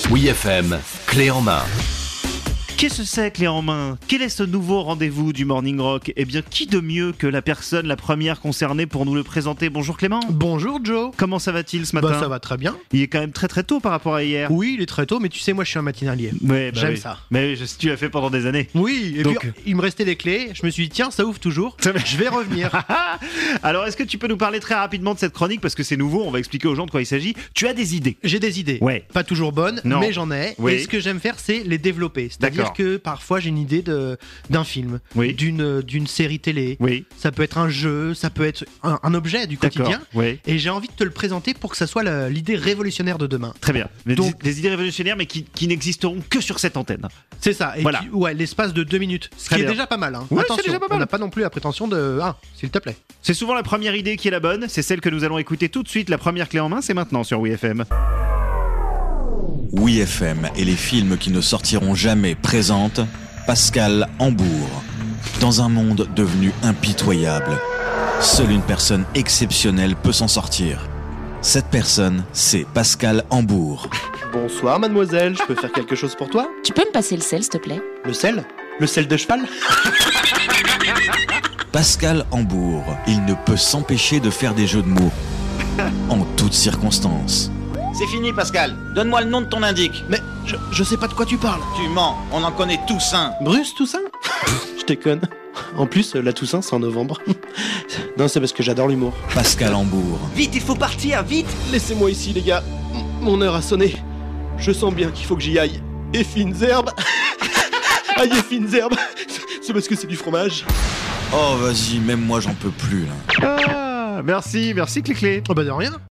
Oui FM, clé en main. Qu'est-ce que c'est, clé en main? Quel est ce nouveau rendez-vous du Morning Rock? Eh bien, qui de mieux que la première concernée pour nous le présenter? Bonjour Clément. Bonjour Joe. Comment ça va-t-il ce matin? Ça va très bien. Il est quand même très très tôt par rapport à hier. Oui, il est très tôt, mais tu sais, moi je suis un matinalier. Ouais, J'aime oui. ça. Mais tu l'as fait pendant des années. Oui, et Donc- puis il me restait les clés. Je me suis dit, tiens, ça ouvre toujours. Je vais revenir. Alors, est-ce que tu peux nous parler très rapidement de cette chronique? Parce que c'est nouveau, on va expliquer aux gens de quoi il s'agit. Tu as des idées? J'ai des idées. Ouais. Pas toujours bonnes, Non. mais j'en ai. Oui. Et ce que j'aime faire, c'est les développer. C'est-à-dire D'accord. que parfois j'ai une idée d'un film, Oui. d'une série télé. Oui. Ça peut être un jeu, ça peut être un objet du D'accord. quotidien. Oui. Et j'ai envie de te le présenter pour que ça soit l'idée révolutionnaire de demain. Très bien. Donc- Des idées révolutionnaires, mais qui n'existeront que sur cette antenne. C'est ça. Et Voilà. ouais, l'espace de 2 minutes. Ce Très qui est bien. déjà pas mal. Hein. Ouais, c'est Attention, déjà pas mal. on n'a pas non plus la prétention de 1, s'il te plaît. C'est souvent la première idée qui est la bonne. C'est celle que nous allons écouter tout de suite. La première clé en main, c'est maintenant sur WeFM. Oui FM et les films qui ne sortiront jamais présentent Pascal Hambourg. Dans un monde devenu impitoyable, seule une personne exceptionnelle peut s'en sortir. Cette personne, c'est Pascal Hambourg. Bonsoir mademoiselle, je peux faire quelque chose pour toi? Tu peux me passer le sel, s'il te plaît? Le sel? Le sel de cheval? Pascal Hambourg, il ne peut s'empêcher de faire des jeux de mots. En toutes circonstances. C'est fini Pascal, donne-moi le nom de ton indique. Mais je sais pas de quoi tu parles. Tu mens, on en connaît tous un. Bruce Toussaint? Je déconne. En plus, la Toussaint c'est en novembre. Non, c'est parce que j'adore l'humour. Pascal Hambourg. Vite, il faut partir, vite. Laissez-moi ici les gars. Mon heure a sonné. Je sens bien qu'il faut que j'y aille. Et fines herbes. Aïe et fines herbes. C'est parce que c'est du fromage. Oh vas-y, même moi j'en peux plus là. Ah, merci Clé-Clé. Oh bah de rien.